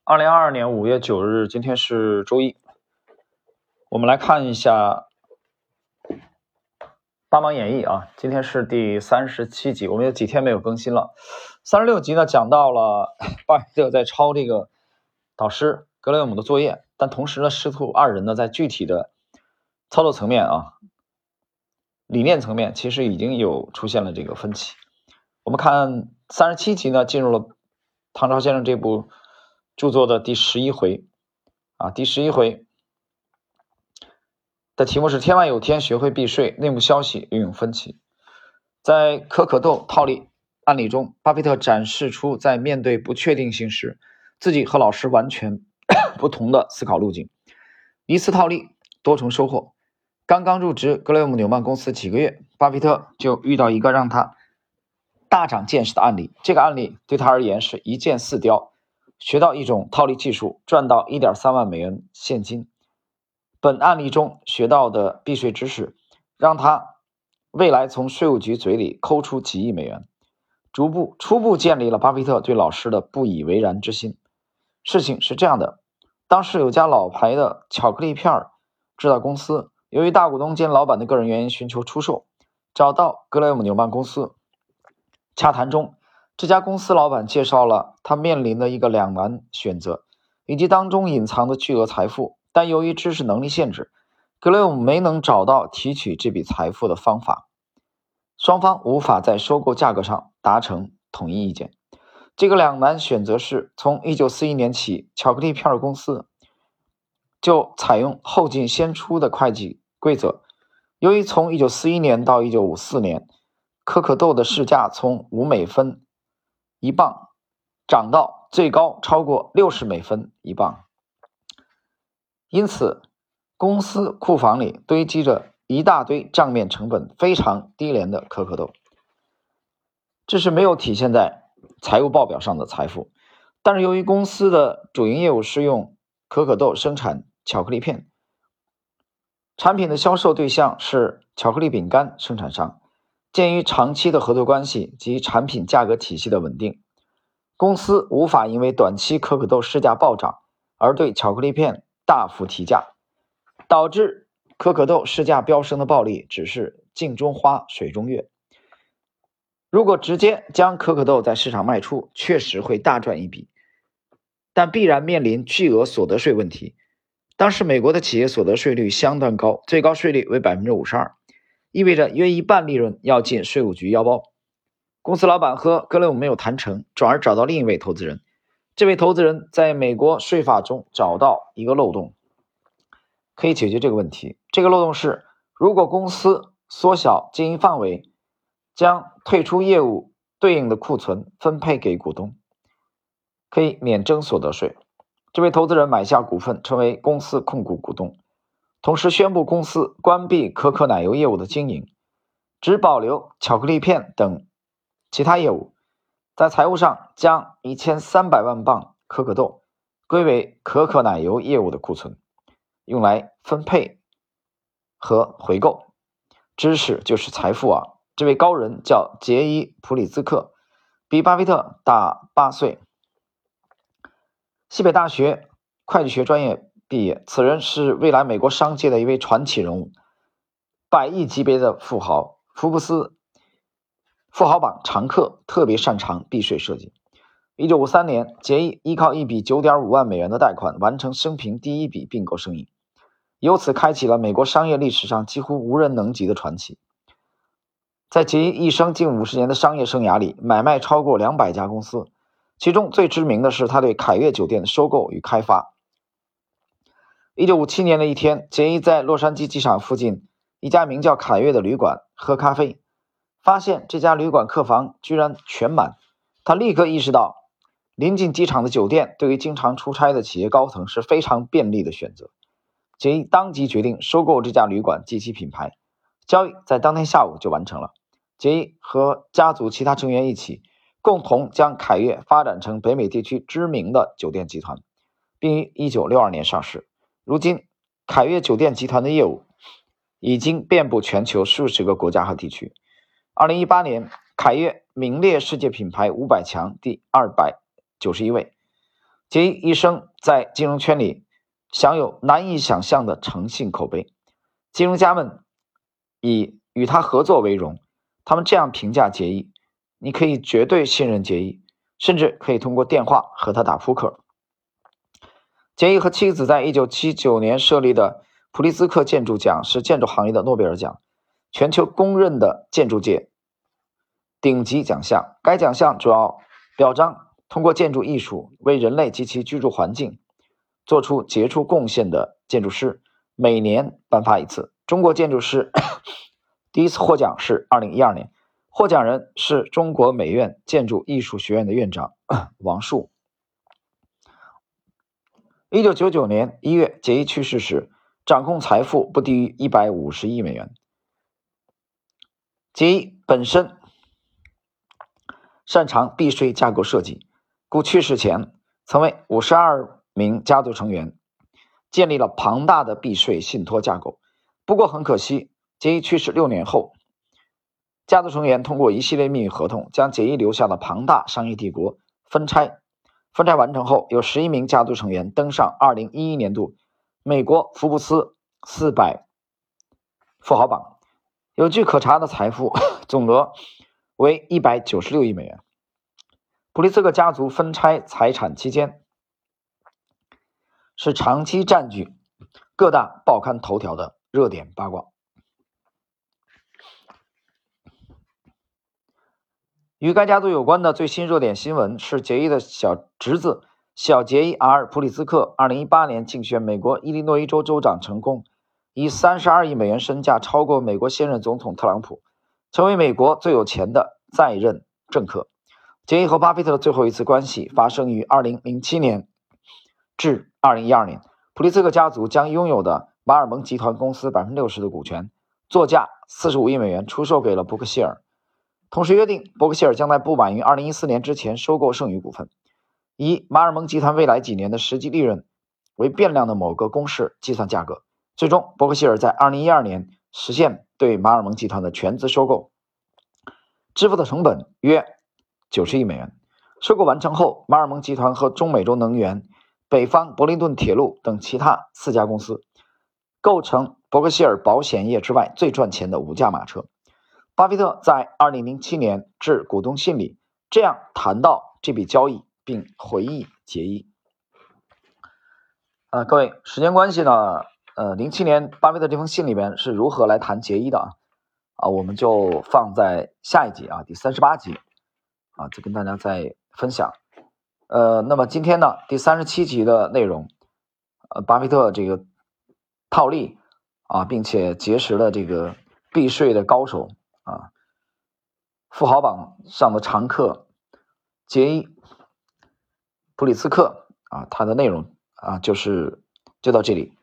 2022年5月9日，今天是周一。我们来看一下八芒演义啊，今天是第37集，我们有几天没有更新了。36集呢，讲到了巴菲特在抄这个导师格雷厄姆的作业，但同时呢，师徒二人呢在具体的操作层面啊、理念层面，其实已经有出现了这个分歧。我们看37集呢，进入了唐朝先生这部著作的第11回啊，第11回的题目是天外有天，学会避税，内幕消息运用分歧。在可可豆套利案例中，巴菲特展示出在面对不确定性时，自己和老师完全不同的思考路径。一次套利，多重收获。刚刚入职格雷厄姆纽曼公司几个月，巴菲特就遇到一个让他大涨见识的案例。这个案例对他而言是一箭四雕，学到一种套利技术，赚到 1.3 万美元现金。本案例中学到的避税知识，让他未来从税务局嘴里抠出几亿美元，初步建立了巴菲特对老师的不以为然之心。事情是这样的，当时有家老牌的巧克力片制造公司，由于大股东兼老板的个人原因寻求出售，找到格雷厄姆纽曼公司。洽谈中，这家公司老板介绍了他面临的一个两难选择，以及当中隐藏的巨额财富。但由于知识能力限制，格雷厄姆没能找到提取这笔财富的方法，双方无法在收购价格上达成统一意见。这个两难选择是从1941年起，巧克力片公司就采用后进先出的会计规则。由于从1941年到1954年，可可豆的市价从5美分一磅涨到最高超过60美分一磅，因此公司库房里堆积着一大堆账面成本非常低廉的可可豆，这是没有体现在财务报表上的财富。但是由于公司的主营业务是用可可豆生产巧克力片，产品的销售对象是巧克力饼干生产商，鉴于长期的合作关系及产品价格体系的稳定，公司无法因为短期可可豆市价暴涨而对巧克力片大幅提价，导致可可豆市价飙升的暴利只是镜中花水中月。如果直接将可可豆在市场卖出，确实会大赚一笔，但必然面临巨额所得税问题。当时美国的企业所得税率相当高，最高税率为 52%， 意味着约一半利润要进税务局腰包。公司老板和格雷厄姆没有谈成，转而找到另一位投资人。这位投资人在美国税法中找到一个漏洞，可以解决这个问题。这个漏洞是，如果公司缩小经营范围，将退出业务对应的库存分配给股东，可以免征所得税。这位投资人买下股份，成为公司控股股东，同时宣布公司关闭可可奶油业务的经营，只保留巧克力片等其他业务。在财务上将1300万磅可可豆归为可可奶油业务的库存，用来分配和回购。知识就是财富啊！这位高人叫杰伊·普里兹克，比巴菲特大8岁，西北大学会计学专业毕业。此人是未来美国商界的一位传奇人物，100亿级别的富豪，福布斯富豪榜常客，特别擅长避税设计。1953年，杰伊依靠一笔 9.5 万美元的贷款完成生平第一笔并购生意，由此开启了美国商业历史上几乎无人能及的传奇。在杰伊一生近50年的商业生涯里，买卖超过200家公司，其中最知名的是他对凯悦酒店的收购与开发。1957年的一天，杰伊在洛杉矶机场附近一家名叫凯悦的旅馆喝咖啡，发现这家旅馆客房居然全满。他立刻意识到，临近机场的酒店对于经常出差的企业高层是非常便利的选择。杰伊当即决定收购这家旅馆及其品牌，交易在当天下午就完成了。杰伊和家族其他成员一起，共同将凯悦发展成北美地区知名的酒店集团，并于1962年上市。如今，凯悦酒店集团的业务已经遍布全球数十个国家和地区。2018年，凯悦名列世界品牌500强第291位。 杰伊一生在金融圈里享有难以想象的诚信口碑，金融家们以与他合作为荣。他们这样评价杰伊：你可以绝对信任杰伊，甚至可以通过电话和他打扑克。杰伊和妻子在1979年设立的普利兹克建筑奖是建筑行业的诺贝尔奖，全球公认的建筑界顶级奖项。该奖项主要表彰通过建筑艺术为人类及其居住环境做出杰出贡献的建筑师，每年颁发一次。中国建筑师第一次获奖是2012年，获奖人是中国美院建筑艺术学院的院长王树。1999年1月，杰伊去世时，掌控财富不低于150亿美元。杰伊本身擅长避税架构设计，故去世前曾为52名家族成员建立了庞大的避税信托架构。不过很可惜，杰伊去世6年后，家族成员通过一系列秘密合同将杰伊留下的庞大商业帝国分拆完成后，有11名家族成员登上2011年度美国福布斯400富豪榜，有据可查的财富总额为196亿美元。普利兹克家族分拆财产期间是长期占据各大报刊头条的热点八卦。与该家族有关的最新热点新闻是杰伊的小侄子小杰伊 ·R. 普里兹克2018年竞选美国伊利诺伊州州长成功，以32亿美元身价超过美国现任总统特朗普，成为美国最有钱的在任政客。杰伊和巴菲特的最后一次关系发生于2007年至2012年，普利兹克家族将拥有的马尔蒙集团公司 60% 的股权作价45亿美元出售给了伯克希尔，同时约定伯克希尔将在不晚于2014年之前收购剩余股份，以马尔蒙集团未来几年的实际利润为变量的某个公式计算价格。最终伯克希尔在2012年实现对马尔蒙集团的全资收购，支付的成本约90亿美元。收购完成后，马尔蒙集团和中美洲能源、北方伯林顿铁路等其他4家公司构成伯克希尔保险业之外最赚钱的5驾马车。巴菲特在2007年致股东信里这样谈到这笔交易，并回忆杰伊。各位，时间关系呢，07年巴菲特这封信里边是如何来谈杰伊的我们就放在下一集第38集再跟大家再分享。那么今天呢，第37集的内容，巴菲特这个套利并且结识了这个避税的高手富豪榜上的常客杰伊普里兹克他的内容就到这里。